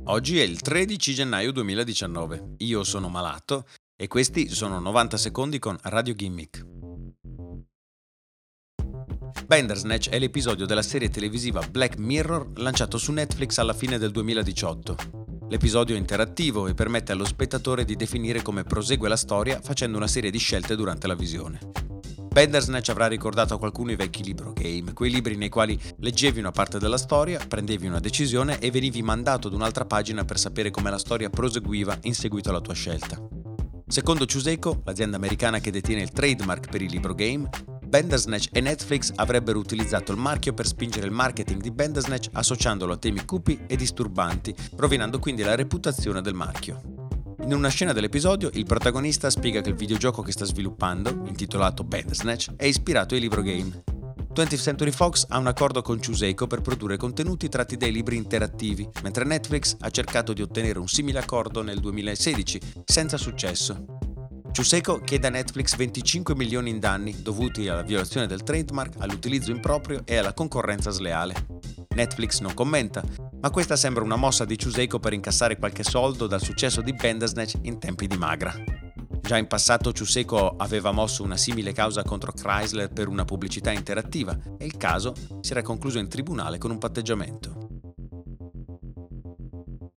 Oggi è il 13 gennaio 2019, io sono Malato e questi sono 90 secondi con Radio Gimmick. Bandersnatch è l'episodio della serie televisiva Black Mirror lanciato su Netflix alla fine del 2018. L'episodio è interattivo e permette allo spettatore di definire come prosegue la storia facendo una serie di scelte durante la visione. Bandersnatch avrà ricordato a qualcuno i vecchi libro game, quei libri nei quali leggevi una parte della storia, prendevi una decisione e venivi mandato ad un'altra pagina per sapere come la storia proseguiva in seguito alla tua scelta. Secondo Chuseico, l'azienda americana che detiene il trademark per i libro game, Bandersnatch e Netflix avrebbero utilizzato il marchio per spingere il marketing di Bandersnatch associandolo a temi cupi e disturbanti, rovinando quindi la reputazione del marchio. In una scena dell'episodio, il protagonista spiega che il videogioco che sta sviluppando, intitolato Bandersnatch, è ispirato ai libro game. 20th Century Fox ha un accordo con Chuseico per produrre contenuti tratti dai libri interattivi, mentre Netflix ha cercato di ottenere un simile accordo nel 2016, senza successo. Chuseico chiede a Netflix 25 milioni in danni dovuti alla violazione del trademark, all'utilizzo improprio e alla concorrenza sleale. Netflix non commenta, ma questa sembra una mossa di Chuseico per incassare qualche soldo dal successo di Bandersnatch in tempi di magra. Già in passato Chuseico aveva mosso una simile causa contro Chrysler per una pubblicità interattiva e il caso si era concluso in tribunale con un patteggiamento.